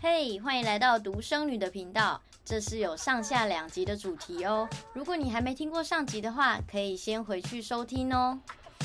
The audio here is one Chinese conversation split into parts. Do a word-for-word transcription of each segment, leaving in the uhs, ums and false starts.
嘿、hey, 欢迎来到独生女的频道，这是有上下两集的主题哦。如果你还没听过上集的话，可以先回去收听哦。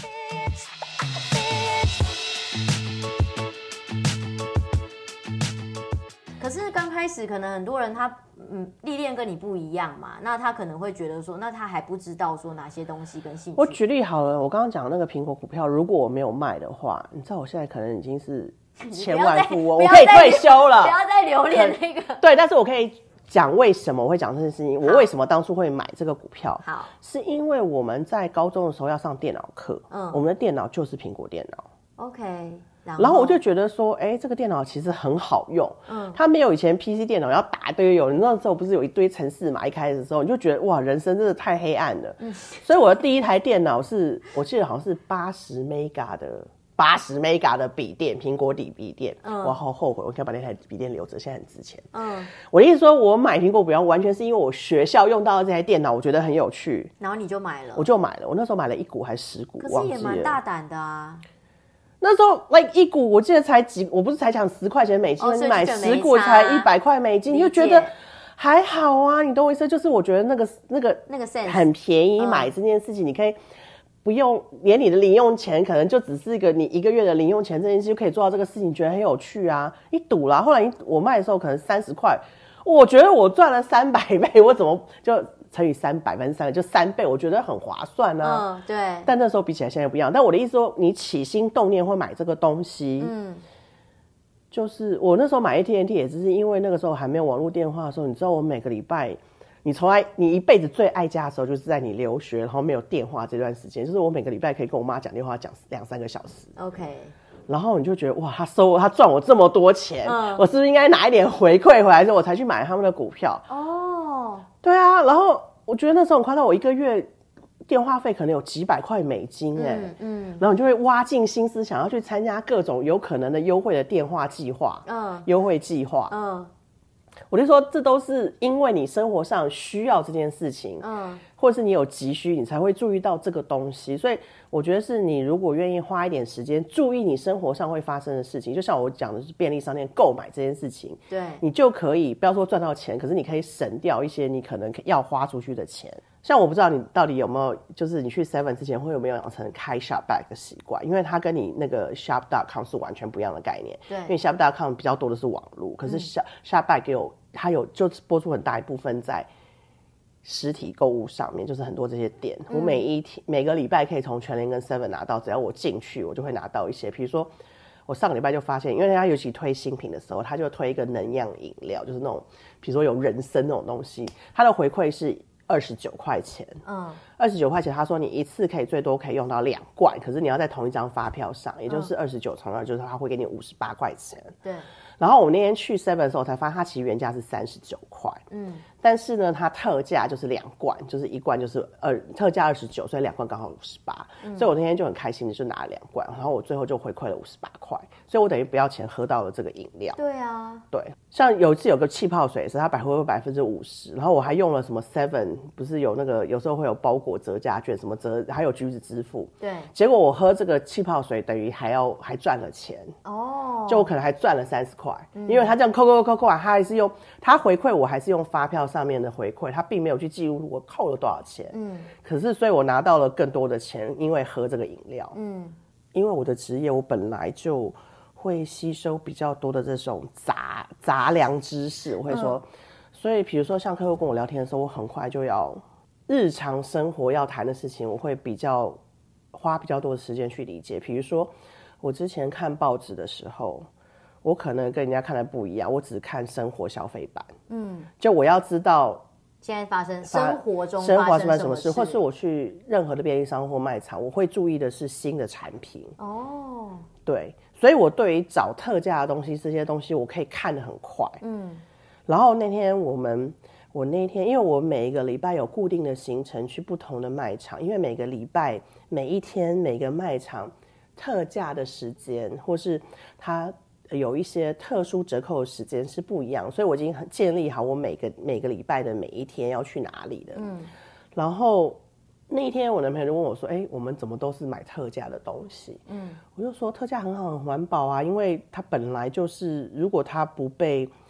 可是刚开始可能很多人他嗯历练跟你不一样嘛，那他可能会觉得说，那他还不知道说哪些东西跟兴趣。 我举例好了，我刚刚讲那个苹果股票，如果我没有卖的话，你知道我现在可能已经是千万富翁，我可以退休了。 不要再留恋那个。 对，但是我可以讲为什么我会讲这件事情。我为什么当初会买这个股票？ 好， 是因为我们在高中的时候要上电脑课，嗯，我们的电脑就是苹果电脑。 OK。然后, 然后我就觉得说，哎、欸，这个电脑其实很好用，嗯，它没有以前 P C 电脑要打一堆有，你那时候不是有一堆程式嘛？一开始的时候你就觉得哇，人生真的太黑暗了，嗯，所以我的第一台电脑是我记得好像是八十 mega 的八十 mega 的笔电，苹果底笔电，嗯，我好后悔，我应该把那台笔电留着，现在很值钱，嗯，我的意思说，我买苹果笔完全是因为我学校用到的这台电脑，我觉得很有趣， 然后你就买了， 我就买了，我那时候买了一股还是十股， 可是也蛮大胆的啊。 那时候 like 一股我记得才几，我不是才讲十块钱美金，哦、你买十股才一百块美金，你就觉得还好啊。你懂我意思？就是我觉得那个那个那个 sense 很便宜买这件事情，嗯、你可以不用连你的零用钱，可能就只是一个你一个月的零用钱，这件事就可以做到这个事情，觉得很有趣啊。一赌啦，后来我卖的时候可能三十块，我觉得我赚了三百倍，我怎么就？乘以三百分之三，就三倍，我觉得很划算啊。 嗯，对。 但那时候比起来现在不一样。但我的意思说，你起心动念会买这个东西，嗯，就是我那时候买 A T and T 也只是因为那个时候还没有网络电话的时候，你知道我每个礼拜，你从来你一辈子最爱家的时候，就是在你留学然后没有电话这段时间，就是我每个礼拜可以跟我妈讲电话讲两三个小时。 OK。 然后你就觉得哇，他收他赚我这么多钱，嗯、我是不是应该拿一点回馈回来之后，我才去买他们的股票？哦，对啊。然后我觉得那时候很夸张，我一个月电话费可能有几百块美金哎、欸，嗯, 嗯，然后你就会挖尽心思想要去参加各种有可能的优惠的电话计划，嗯，优惠计划，嗯。我就说，这都是因为你生活上需要这件事情，嗯，或者是你有急需，你才会注意到这个东西。所以我觉得是你如果愿意花一点时间注意你生活上会发生的事情，就像我讲的是便利商店购买这件事情， 对， 你就可以不要说赚到钱，可是你可以省掉一些你可能要花出去的钱。像我不知道你到底有没有，就是你去 seven 之前会有没有养成开 Shopback 的习惯，因为它跟你那个 shop dot com 是完全不一样的概念。 对， 因为 shop dot com 比较多的是网络，可是 Shopback 有它有就播出很大一部分在实体购物上面，就是很多这些店。嗯、我每一天每个礼拜可以从全联跟 seven 拿到，只要我进去，我就会拿到一些，比如说。我上个礼拜就发现，因为他尤其推新品的时候，他就推一个能量饮料，就是那种，比如说有人参那种东西，它的回馈是二十九块钱。嗯，二十九块钱，他说你一次可以最多可以用到两罐，可是你要在同一张发票上，也就是二十九乘二，就是他会给你五十八块钱。 对。 然后我那天去 seven 的时候，我才发现它其实原价是三十九块。嗯。但是呢，它特价就是两罐，就是一罐就是二特价二十九，所以两罐刚好五十八。所以我那天就很开心的就拿了两罐，然后我最后就回馈了五十八块，所以我等于不要钱喝到了这个饮料。 对啊， 对，像有一次有个气泡水是它百回馈百分之五十，然后我还用了什么 seven， 不是有那个有时候会有包裹折价券，什么折还有橘子支付。 对， 结果我喝这个气泡水等于还要还赚了钱哦，就我可能还赚了三十块，因为他这样扣扣扣扣完，他还是用他回馈我还是用发票上面的回馈，他并没有去记录我扣了多少钱。嗯，可是所以我拿到了更多的钱，因为喝这个饮料。嗯，因为我的职业我本来就会吸收比较多的这种杂杂粮知识，我会说，嗯、所以比如说像客户跟我聊天的时候，我很快就要日常生活要谈的事情，我会比较花比较多的时间去理解。比如说我之前看报纸的时候，我可能跟人家看的不一样，我只看生活消费版，嗯，就我要知道现在发生生活中生活发生什么事，或是我去任何的便利商或卖场，我会注意的是新的产品。哦，对，所以我对于找特价的东西，这些东西我可以看得很快。嗯，然后那天我们，我那天因为我每一个礼拜有固定的行程去不同的卖场，因为每个礼拜每一天每个卖场特价的时间，或是它有一些特殊折扣的时间是不一样，所以我已经很建立好我每个每个礼拜的每一天要去哪里的。嗯，然后那一天我男朋友就问我说：“哎、欸，我们怎么都是买特价的东西？”嗯，我就说特价很好，很环保啊，因为它本来就是如果它不被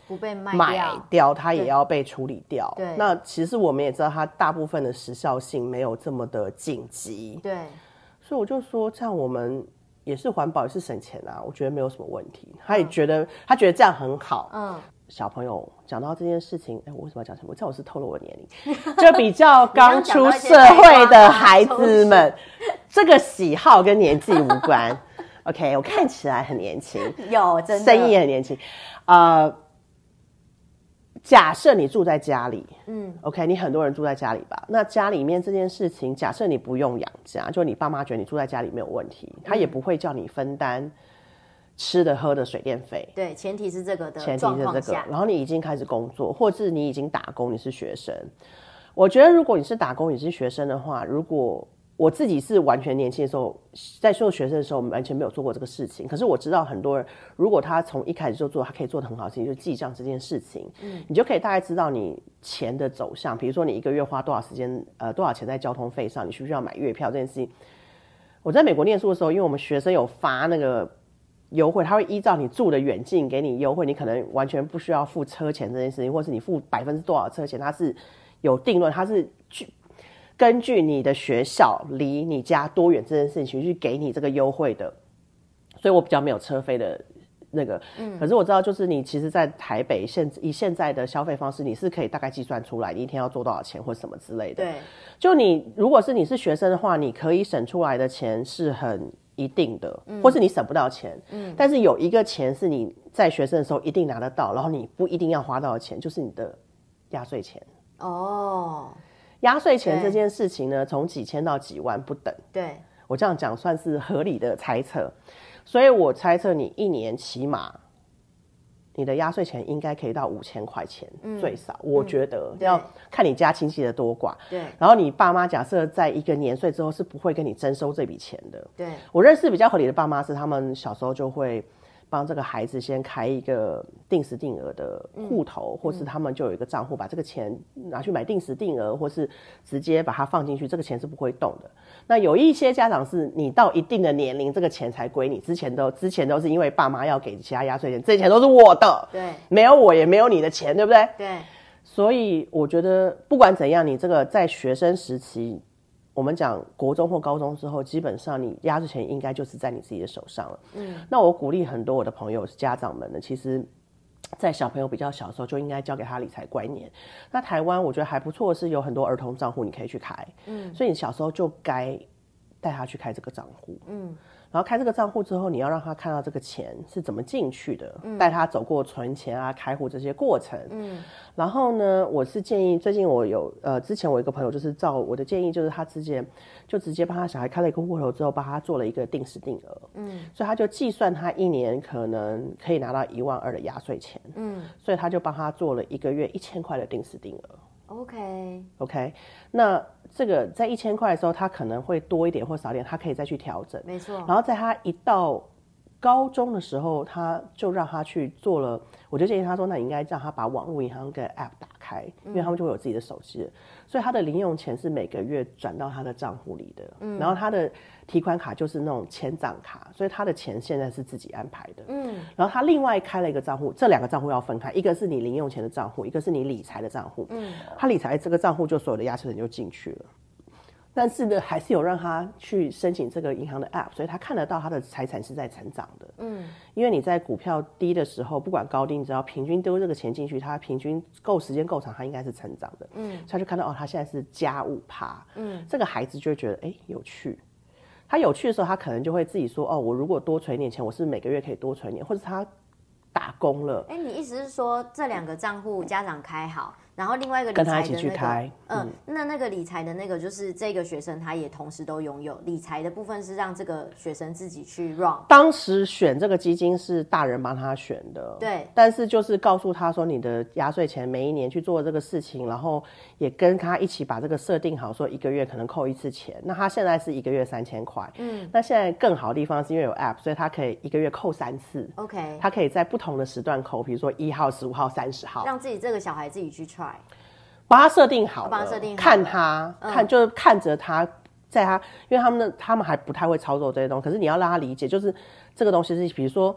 不被卖买掉， 掉它也要被处理掉。 对， 那其实我们也知道它大部分的时效性没有这么的紧急。 对， 所以我就说这样我们也是环保也是省钱啊，我觉得没有什么问题。他也觉得、嗯、他觉得这样很好。嗯，小朋友讲到这件事情，哎，我为什么要讲什么？这样我是透露我的年龄，就比较刚出社会的孩子们，这个喜好跟年纪无关。OK， 我看起来很年轻， 有真的声音也很年轻。呃，假设你住在家里，嗯 ，OK， 你很多人住在家里吧？那家里面这件事情，假设你不用养家，就你爸妈觉得你住在家里没有问题，他也不会叫你分担吃的、喝的、水电费。 对，前提是这个的前提是这个。然后你已经开始工作，或是你已经打工，你是学生。我觉得如果你是打工，你是学生的话，如果我自己是完全年轻的时候，在做学生的时候，完全没有做过这个事情。可是我知道很多人，如果他从一开始就做，他可以做得很好的事情，就是记账这件事情。嗯，你就可以大概知道你钱的走向。比如说你一个月花多少时间，呃，多少钱在交通费上，你需不需要买月票这件事情。我在美国念书的时候，因为我们学生有发那个优惠，他会依照你住的远近给你优惠，你可能完全不需要付车钱这件事情，或是你付百分之多少车钱，它是有定论，它是去根据你的学校离你家多远这件事情去给你这个优惠的。所以我比较没有车费的那个、嗯、可是我知道就是你其实在台北现以现在的消费方式，你是可以大概计算出来你一天要做多少钱或什么之类的。 对， 就你如果是你是学生的话，你可以省出来的钱是很一定的，或是你省不到钱、嗯、但是有一个钱是你在学生的时候一定拿得到，然后你不一定要花到的钱，就是你的压岁钱。哦，压岁钱这件事情呢，从几千到几万不等。对，我这样讲算是合理的猜测，所以我猜测你一年起码你的压岁钱应该可以到五千块钱、嗯、最少，我觉得、嗯、要看你家亲戚的多寡。对，然后你爸妈假设在一个年岁之后是不会跟你征收这笔钱的。对，我认识比较合理的爸妈是他们小时候就会帮这个孩子先开一个定时定额的户头、嗯、或是他们就有一个账户，把这个钱拿去买定时定额，或是直接把它放进去，这个钱是不会动的。那有一些家长是你到一定的年龄这个钱才归你，之前都之前都是因为爸妈要给其他压岁钱，这些钱都是我的，对，没有我也没有你的钱，对不对？对，所以我觉得不管怎样，你这个在学生时期，我们讲国中或高中之后，基本上你压岁钱应该就是在你自己的手上了。嗯，那我鼓励很多我的朋友家长们呢，其实在小朋友比较小的时候就应该教给他理财观念。那台湾我觉得还不错的是有很多儿童账户你可以去开，嗯，所以你小时候就该带他去开这个账户，嗯，然后开这个账户之后，你要让他看到这个钱是怎么进去的，带、嗯、他走过存钱啊、开户这些过程，嗯，然后呢，我是建议最近我有呃，之前我有一个朋友就是照我的建议，就是他之前就直接帮他小孩开了一个户头之后，帮他做了一个定时定额，嗯，所以他就计算他一年可能可以拿到一万二的压岁钱，嗯，所以他就帮他做了一个月一千块的定时定额。OK OK， 那这个在一千块的时候，他可能会多一点或少一点，他可以再去调整。没错。然后在他一到高中的时候，他就让他去做了，我就建议他说，那你应该让他把网络银行跟 App 打开，因为他们就会有自己的手机了。所以他的零用钱是每个月转到他的账户里的，嗯，然后他的提款卡就是那种千账卡，所以他的钱现在是自己安排的，嗯，然后他另外开了一个账户，这两个账户要分开，一个是你零用钱的账户，一个是你理财的账户，嗯，他理财这个账户就所有的压岁钱就进去了。但是呢，还是有让他去申请这个银行的 App， 所以他看得到他的财产是在成长的。嗯，因为你在股票低的时候，不管高低，你只要平均丢这个钱进去，他平均够时间够长，他应该是成长的。嗯，所以他就看到哦，他现在是加五趴。嗯，这个孩子就会觉得哎有趣。他有趣的时候，他可能就会自己说哦，我如果多存一点钱，我是每个月可以多存一点，或者他打工了。 哎，你意思是说这两个账户家长开好？然后另外一个理财的、那個、 跟他一起去开， 嗯，嗯那那个理财的那个就是这个学生他也同时都拥有理财的部分，是让这个学生自己去 run。 当时选这个基金是大人帮他选的，对，但是就是告诉他说你的压岁钱每一年去做这个事情，然后也跟他一起把这个设定好，说一个月可能扣一次钱。那他现在是一个月三千块，嗯，那现在更好的地方是因为有 app， 所以他可以一个月扣三次 ，OK， 他可以在不同的时段扣，比如说一号、十五号、三十号， 让自己这个小孩自己去 try。 把他设定好了， 帮他设定好了， 看他、嗯、看就是看着他，在他，因为他们的他们还不太会操作这些东西，可是你要让他理解，就是这个东西是比如说，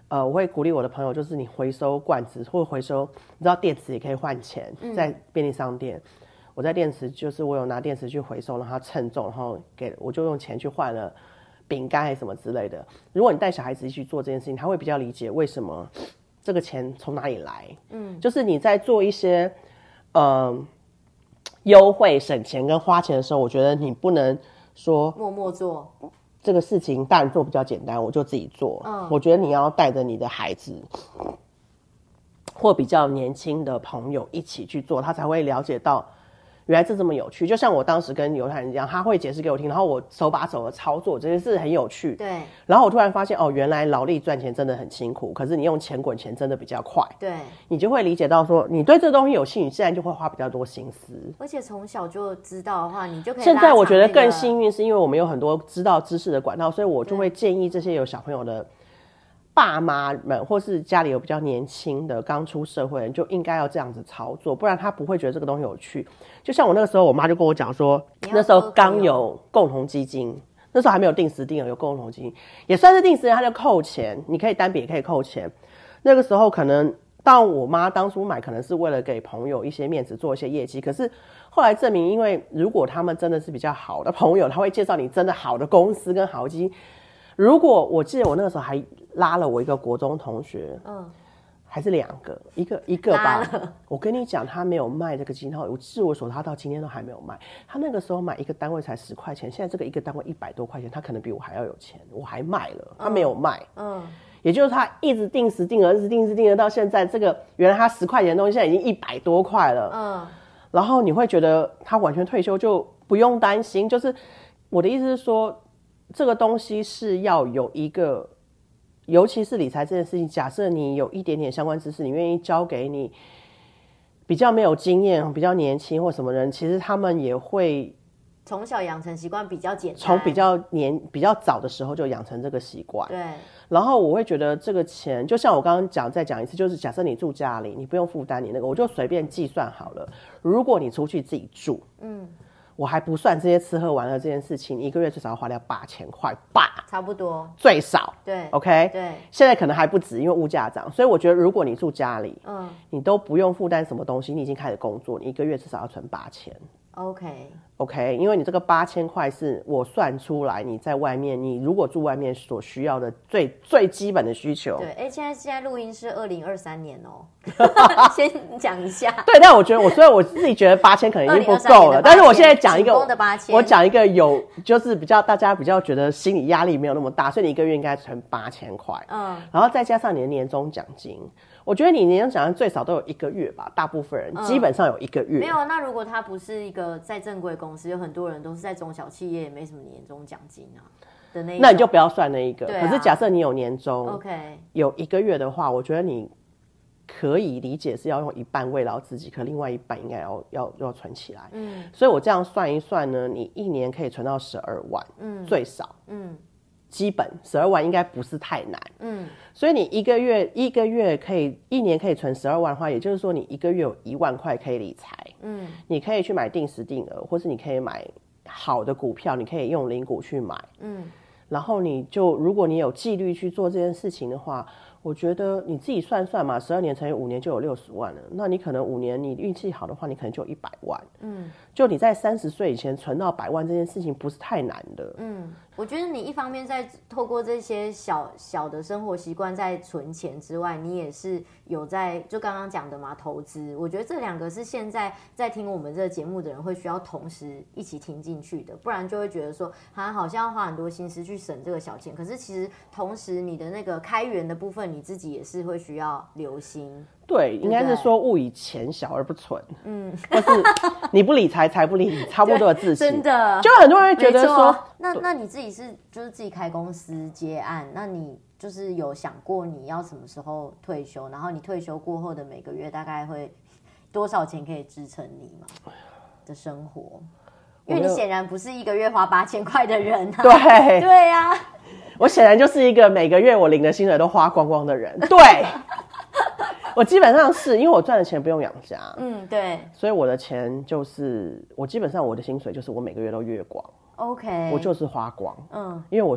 呃，我会鼓励我的朋友，就是你回收罐子或者回收，你知道电池也可以换钱，在便利商店。嗯，我在电池就是我有拿电池去回收，让它称重，然后给我就用钱去换了饼干还是什么之类的。如果你带小孩子去做这件事情，他会比较理解为什么这个钱从哪里来。嗯，就是你在做一些嗯优惠、省钱跟花钱的时候，我觉得你不能说默默做。 这个事情当然做比较简单，我就自己做。嗯，我觉得你要带着你的孩子或比较年轻的朋友一起去做，他才会了解到原来这这么有趣。就像我当时跟犹太人一样，他会解释给我听，然后我手把手的操作，这件事很有趣。 对。 然后我突然发现，哦，原来劳力赚钱真的很辛苦，可是你用钱滚钱真的比较快。 对。 你就会理解到说，你对这个东西有兴趣，自然就会花比较多心思。 而且从小就知道的话，你就可以、那个。 个。 现在我觉得更幸运，是因为我们有很多知道知识的管道，所以我就会建议这些有小朋友的爸妈们，或是家里有比较年轻的刚出社会的人，就应该要这样子操作，不然他不会觉得这个东西有趣。就像我那个时候，我妈就跟我讲说，那时候刚有共同基金，那时候还没有定时定额，有共同基金，也算是定时，他就扣钱，你可以单笔也可以扣钱。那个时候可能，当我妈当初买，可能是为了给朋友一些面子，做一些业绩。可是后来证明，因为如果他们真的是比较好的朋友，他会介绍你真的好的公司跟好基金。如果我记得我那个时候还拉了我一个国中同学，嗯，还是两个，一个一个吧。我跟你讲，他没有卖这个基金，我据我所知，他到今天都还没有卖。他那个时候买一个单位才十块钱，现在这个一个单位一百多块钱，他可能比我还要有钱，我还卖了，他没有卖。嗯，嗯也就是他一直定时定额，一直定时定额到现在，这个原来他十块钱的东西，现在已经一百多块了。嗯，然后你会觉得他完全退休就不用担心，就是我的意思是说。这个东西是要有一个，尤其是理财这件事情，假设你有一点点相关知识，你愿意交给你比较没有经验、比较年轻或什么人，其实他们也会从小养成习惯比较简单， 从比较年比较早的时候就养成这个习惯。 对。 然后我会觉得这个钱，就像我刚刚讲，再讲一次，就是假设你住家里，你不用负担你那个，我就随便计算好了。如果你出去自己住，嗯。我还不算这些吃喝玩乐这件事情，一个月最少要花掉八千块吧， 差不多， 最少。 对 ，OK， 对， 现在可能还不止，因为物价涨，所以我觉得如果你住家里，嗯，你都不用负担什么东西，你已经开始工作，你一个月至少要存八千。 OK OK， 因为你这个八千块是我算出来，你在外面，你如果住外面所需要的最最基本的需求。 对，哎，现在现在录音是二零二三年哦，先讲一下。 对，但我觉得我虽然我自己觉得八千可能已经不够了，但是我现在讲一个，我讲一个有就是比较大家比较觉得心理压力没有那么大，所以你一个月应该存八千块，嗯，然后再加上你的年终奖金。我觉得你年终奖金最少都有一个月吧，大部分人基本上有一个月。 嗯、没有，那如果他不是一个在正规公司，有很多人都是在中小企业，也没什么年终奖金啊的那一种， 那你就不要算那一个。 啊、 可是假设你有年终 ，OK， 有一个月的话，我觉得你可以理解是要用一半慰劳自己，可另外一半应该要要要存起来。嗯，所以我这样算一算呢，你一年可以存到十二万，嗯，最少，嗯。基本十二万应该不是太难，嗯，所以你一个月一个月可以一年可以存十二万的话，也就是说你一个月有一万块可以理财，嗯，你可以去买定时定额，或是你可以买好的股票，你可以用零股去买，嗯，然后你就如果你有纪律去做这件事情的话，我觉得你自己算算嘛，十二年乘以五年就有六十万了，那你可能五年你运气好的话，你可能就有一百万，嗯，就你在三十岁以前存到百万这件事情不是太难的， 嗯。我觉得你一方面在透过这些小小的生活习惯在存钱之外，你也是有在就刚刚讲的嘛投资。我觉得这两个是现在在听我们这个节目的人会需要同时一起听进去的，不然就会觉得说他好像要花很多心思去省这个小钱。可是其实同时你的那个开源的部分，你自己也是会需要留心。 对，应该是说勿以钱小而不存，嗯，或是你不理财，财不理你，差不多的字。 真的， 就很多人会觉得说， 那那你自己是就是自己开公司接案，那你就是有想过你要什么时候退休？然后你退休过后的每个月大概会多少钱可以支撑你吗的生活？因为你显然不是一个月花八千块的人啊。 对对呀、啊， 我显然就是一个每个月我领的薪水都花光光的人。对。我基本上是因为我赚的钱不用养家， 嗯，对， 所以我的钱就是我基本上我的薪水就是我每个月都月光 ，OK， 我就是花光，嗯，因为我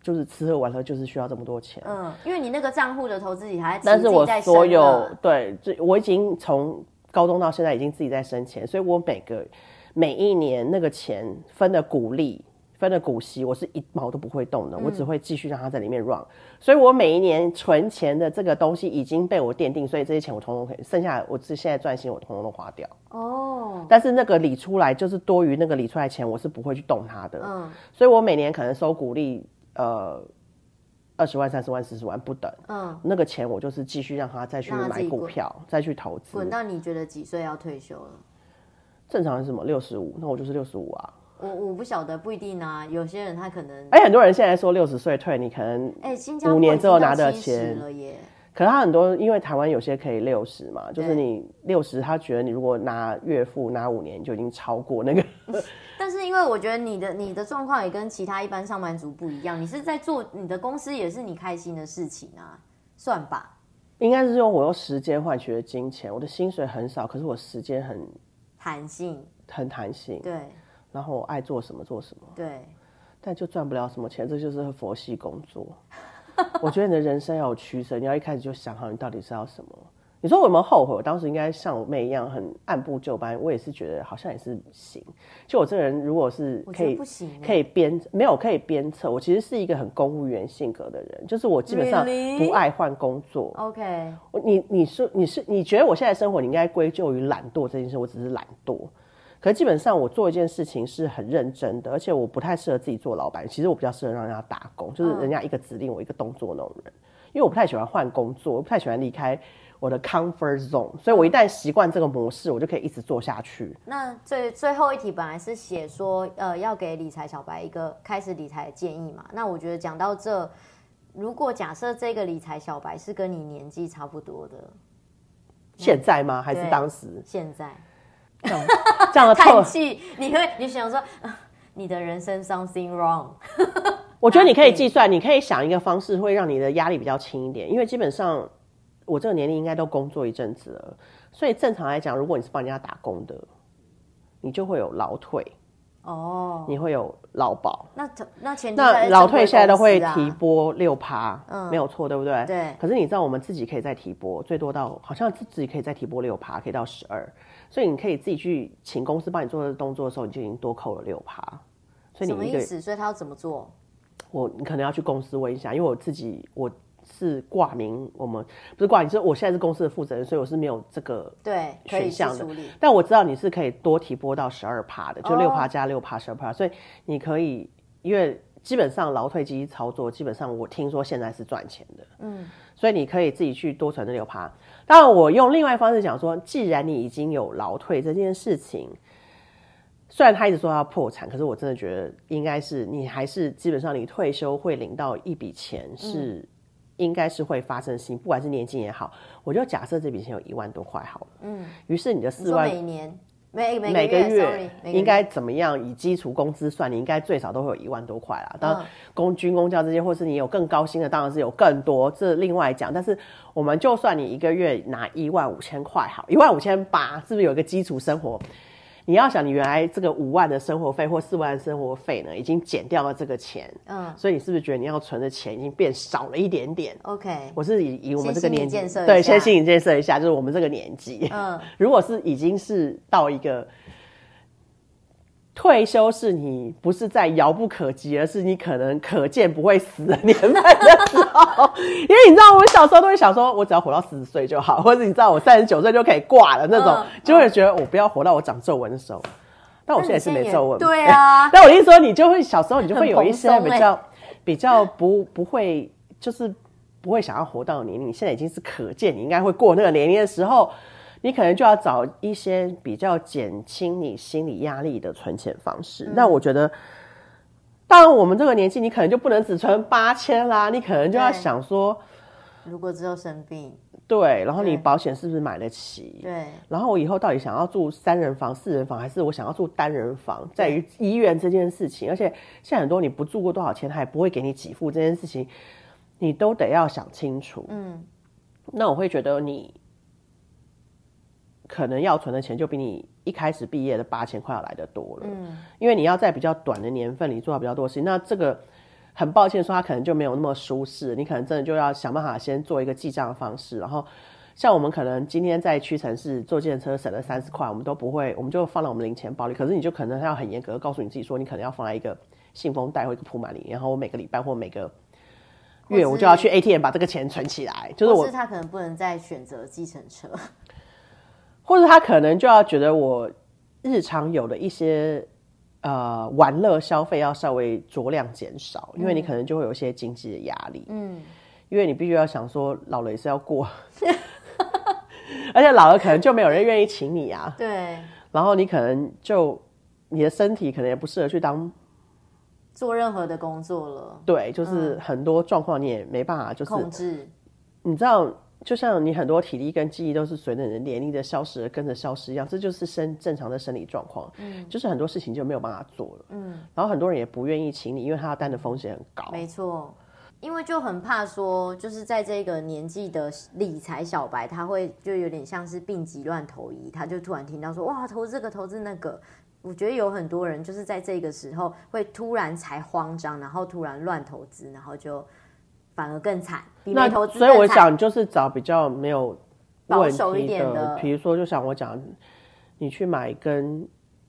就是吃喝玩乐就是需要这么多钱。 嗯，因为你那个账户的投资理财， 但是我所有对，我已经从高中到现在已经自己在生钱，所以我每个每一年那个钱分的股利、分的股息，我是一毛都不会动的，嗯、我只会继续让它在里面 run。所以我每一年存钱的这个东西已经被我奠定，所以这些钱我统统可以，剩下我现在赚薪我统统都花掉。哦，但是那个理出来就是多余那个理出来钱，我是不会去动它的。嗯，所以我每年可能收股利。呃，二十万、三十万、四十万不等，嗯，那个钱我就是继续让他再去买股票，再去投资。 滚到你觉得几岁要退休了？ 正常是什么？六十五，那我就是六十五啊。 我我不晓得，不一定啊。有些人他可能， 哎、欸，很多人现在说六十岁退，你可能哎，五年之后拿的钱了耶。 可是他很多，因为台湾有些可以六十嘛，就是你六十，他觉得你如果拿月付拿五年，就已经超过那个。 但是因为我觉得你的你的状况也跟其他一般上班族不一样，你是在做你的公司也是你开心的事情啊，算吧。 应该是用我用时间换取的金钱，我的薪水很少，可是我时间很弹性， 很弹性。 对。 然后我爱做什么做什么。 对。 但就赚不了什么钱，这就是佛系工作。我觉得你的人生要有取舍，你要一开始就想好你到底是要什么。你说我有没有后悔？我当时应该像我妹一样很按部就班，我也是觉得好像也是行。就我这个人如果是可以可以鞭没有可以鞭策，我其实是一个很公务员性格的人，就是我基本上不爱换工作。 Really? OK， 你你说你是你觉得我现在生活你应该归咎于懒惰这件事，我只是懒惰。可是基本上我做一件事情是很认真的，而且我不太适合自己做老板，其实我比较适合让人家打工，就是人家一个指令我一个动作那种人。因为我不太喜欢换工作，我不太喜欢离开我的 comfort zone， 所以我一旦习惯这个模式，我就可以一直做下去。 那最最后一题本来是写说，呃，要给理财小白一个开始理财的建议嘛。那我觉得讲到这，如果假设这个理财小白是跟你年纪差不多的， 现在吗？还是当时？ 现在。 这样这样的叹气，你会你想说，呃、你的人生 something wrong。 我觉得你可以计算，你可以想一个方式，会让你的压力比较轻一点。因为基本上我这个年龄应该都工作一阵子了，所以正常来讲，如果你是帮人家打工的，你就会有劳退哦，你会有劳保。 那那前提那劳退现在都会提拨六趴，嗯，没有错，对不对？ 对。 可是你知道，我们自己可以再提拨，最多到好像自己可以再提拨六趴，可以到十二。所以你可以自己去请公司帮你做这个动作的时候，你就已经多扣了六趴。所以你什么意思？所以他要怎么做？ 我你可能要去公司问一下，因为我自己我是挂名，我们不是挂名，就是我现在是公司的负责人，所以我是没有这个对选项的。但我知道你是可以多提拨到十二趴的，就六趴加六趴十二趴，所以你可以，因为基本上劳退基金操作，基本上我听说现在是赚钱的，嗯，所以你可以自己去多存这六趴。当然，我用另外一方式讲说，既然你已经有劳退这件事情。虽然他一直说他要破产，可是我真的觉得应该是你还是基本上你退休会领到一笔钱是、嗯、应该是会发生性，不管是年金也好，我就假设这笔钱有一万多块好了，嗯，于是你的四万每年每每每个月, 个月应该怎么样以基础工资算，你应该最少都会有一万多块啦。当然公军公教这些，或是你有更高薪的，当然是有更多，这另外讲。但是我们就算你一个月拿一万五千块好，一万五千八，是不是有一个基础生活？你要想，你原来这个五万的生活费或四万的生活费呢，已经减掉了这个钱，嗯，所以你是不是觉得你要存的钱已经变少了一点点 ？OK， 我是以以我们这个年纪， 对， 先心理建设一下，就是我们这个年纪，嗯，如果是已经是到一个退休，是你不是在遥不可及，而是你可能可见不会死的年份的时候，因为你知道，我小时候都会想说，我只要活到四十岁就好，或者你知道，我三十九岁就可以挂了那种，嗯、就会觉得我不要活到我长皱纹的时候。但我现在是没皱纹， 对啊。 但我意思说，你就会小时候你就会有一些比较、欸、比较不不会，就是不会想要活到的年龄，你现在已经是可见你应该会过那个年龄的时候。你可能就要找一些比较减轻你心理压力的存钱方式。那、嗯、我觉得，当然我们这个年纪，你可能就不能只存八千啦，你可能就要想说， 如果之后生病， 对，然后你保险是不是买得起？ 对， 然后我以后到底想要住三人房、四人房，还是我想要住单人房？在于医院这件事情，而且现在很多你不住过多少钱，他也不会给你给付这件事情，你都得要想清楚。嗯，那我会觉得你。可能要存的钱就比你一开始毕业的八千块要来得多了，嗯，因为你要在比较短的年份里做到比较多事情。那这个很抱歉说他可能就没有那么舒适，你可能真的就要想办法先做一个记账的方式，然后像我们可能今天在屈臣氏坐计程车省了三十块，我们都不会，我们就放到我们零钱包里，可是你就可能要很严格的告诉你自己说，你可能要放在一个信封袋或一个铺满里，然后我每个礼拜或每个月我就要去 A T M 把这个钱存起来，就是我， 或是他可能不能再选择计程车， 或者他可能就要觉得我日常有的一些呃玩乐消费要稍微酌量减少，因为你可能就会有一些经济的压力，嗯，因为你必须要想说老了也是要过。而且老了可能就没有人愿意请你啊， 对， 然后你可能就你的身体可能也不适合去当做任何的工作了， 对，就是很多状况你也没办法就是控制， 你知道就像你很多体力跟记忆都是随着你的年龄的消失而跟着消失一样，这就是生正常的生理状况，嗯，就是很多事情就没有办法做了，嗯，然后很多人也不愿意请你，因为他要担的风险很高， 没错。因为就很怕说，就是在这个年纪的理财小白，他会就有点像是病急乱投医，他就突然听到说哇投资这个投资那个，我觉得有很多人就是在这个时候会突然才慌张，然后突然乱投资，然后就反而更惨，比没投资更惨。 所以我想就是找比较没有问保守一点的， 比如说就像我讲，你去买跟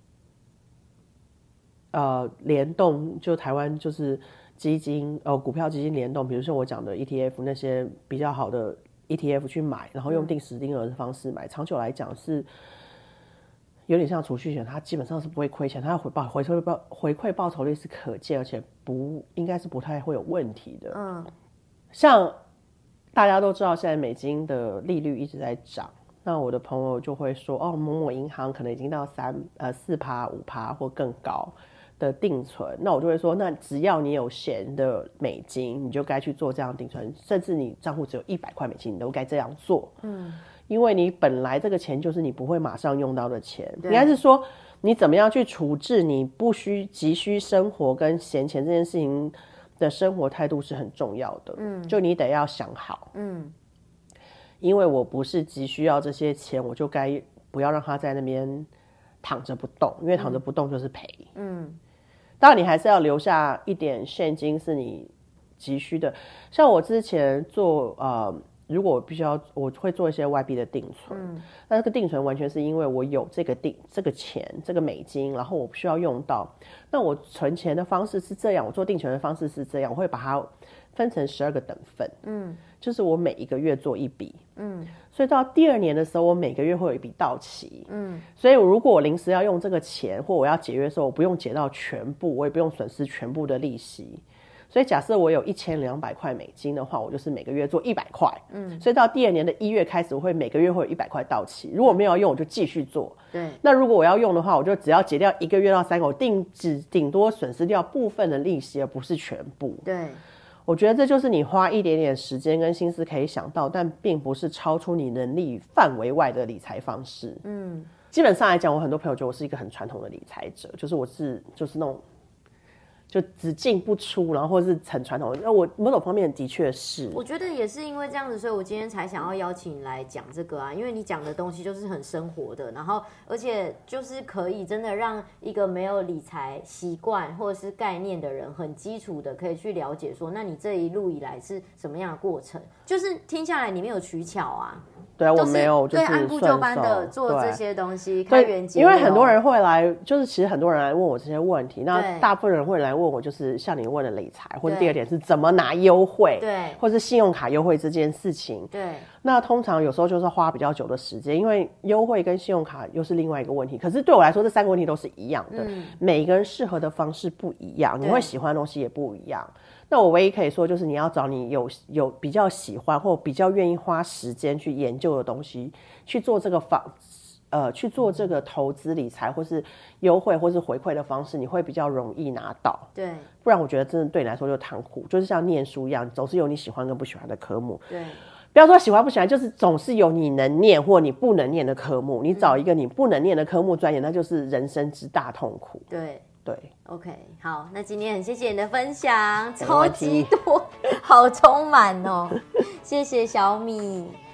呃联动，就台湾就是基金呃股票基金联动，比如说我讲的 E T F 那些比较好的 E T F 去买，然后用定时定额的方式买，嗯、长久来讲是有点像储蓄险，它基本上是不会亏钱，它的回报回馈报回馈报酬率是可见，而且不应该是不太会有问题的。嗯，像大家都知道现在美金的利率一直在涨，那我的朋友就会说哦，某某银行可能已经到三呃四趴五趴或更高的定存，那我就会说，那只要你有闲的美金，你就该去做这样的定存，甚至你账户只有一百块美金，你都该这样做。嗯，因为你本来这个钱就是你不会马上用到的钱，应该是说你怎么样去处置你不需急需生活跟闲钱这件事情的生活态度是很重要的。嗯，就你得要想好。嗯，因为我不是急需要这些钱，我就该不要让它在那边躺着不动，因为躺着不动就是赔。嗯。当然你还是要留下一点现金是你急需的，像我之前做呃，如果我必须要我会做一些外币的定存，嗯，那这个定存完全是因为我有这个定这个钱这个美金，然后我需要用到，那我存钱的方式是这样，我做定存的方式是这样，我会把它分成十二个等份，嗯，就是我每一个月做一笔，嗯，所以到第二年的时候，我每个月会有一笔到期，嗯，所以如果我临时要用这个钱，或我要解约的时候，我不用解到全部，我也不用损失全部的利息。所以假设我有一千两百块美金的话，我就是每个月做一百块，嗯，所以到第二年的一月开始，我会每个月会有一百块到期。如果没有用，我就继续做。 对， 那如果我要用的话，我就只要解掉一个月到三个，我定只顶多损失掉部分的利息，而不是全部。 对。 我觉得这就是你花一点点时间跟心思可以想到，但并不是超出你能力范围外的理财方式。嗯，基本上来讲，我很多朋友觉得我是一个很传统的理财者，就是我是就是那种就只进不出，然后或者是很传统的。我某种方面的确是， 我觉得也是因为这样子，所以我今天才想要邀请你来讲这个啊，因为你讲的东西就是很生活的，然后而且就是可以真的让一个没有理财习惯或者是概念的人，很基础的可以去了解说，那你这一路以来是什么样的过程？就是听下来你没有取巧啊。 对啊，我没有，就是对按部就班的做这些东西，开源节流。 因为很多人会来，就是其实很多人来问我这些问题，那大部分人会来问我，就是像你问的理财，或者第二点是怎么拿优惠， 对， 或是信用卡优惠这件事情， 对。 那通常有时候就是花比较久的时间，因为优惠跟信用卡又是另外一个问题。可是对我来说，这三个问题都是一样的，嗯、每一个人适合的方式不一样，你会喜欢的东西也不一样。那我唯一可以说，就是你要找你有有比较喜欢或比较愿意花时间去研究的东西，去做这个方，呃，去做这个投资理财或是优惠或是回馈的方式，你会比较容易拿到。 对， 不然我觉得真的对你来说就痛苦，就是像念书一样，总是有你喜欢跟不喜欢的科目。 对， 不要说喜欢不喜欢，就是总是有你能念或你不能念的科目。你找一个你不能念的科目钻研，那就是人生之大痛苦。 对。 对 ，OK， 好，那今天很谢谢你的分享，超级多，好充满哦，谢谢小米。